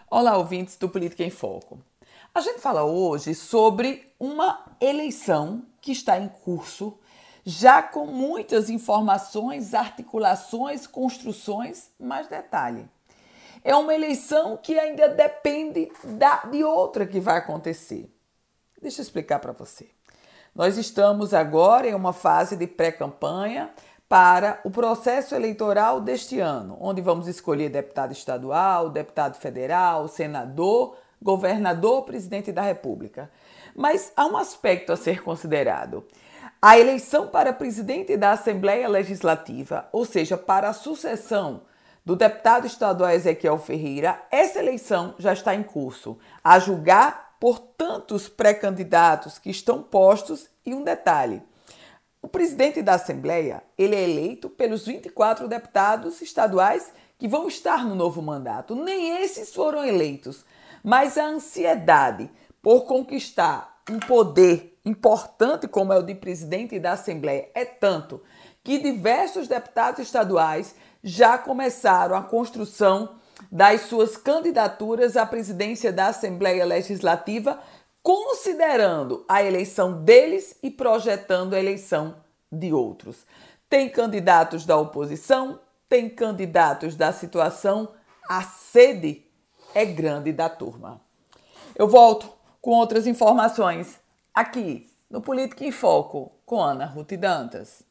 Olá, ouvintes do Política em Foco. A gente fala hoje sobre uma eleição que está em curso, já com muitas informações, articulações, construções, mas detalhe. É uma eleição que ainda depende de outra que vai acontecer. Deixa eu explicar para você. Nós estamos agora em uma fase de pré-campanha para o processo eleitoral deste ano, onde vamos escolher deputado estadual, deputado federal, senador, governador, presidente da República. Mas há um aspecto a ser considerado. A eleição para presidente da Assembleia Legislativa, ou seja, para a sucessão do deputado estadual Ezequiel Ferreira, essa eleição já está em curso, a julgar por tantos pré-candidatos que estão postos. E um detalhe, o presidente da Assembleia, ele é eleito pelos 24 deputados estaduais que vão estar no novo mandato. Nem esses foram eleitos, mas a ansiedade por conquistar um poder importante como é o de presidente da Assembleia é tanto que diversos deputados estaduais já começaram a construção das suas candidaturas à presidência da Assembleia Legislativa, considerando a eleição deles e projetando a eleição de outros. Tem candidatos da oposição, tem candidatos da situação, a sede é grande da turma. Eu volto com outras informações aqui no Política em Foco com Ana Ruth Dantas.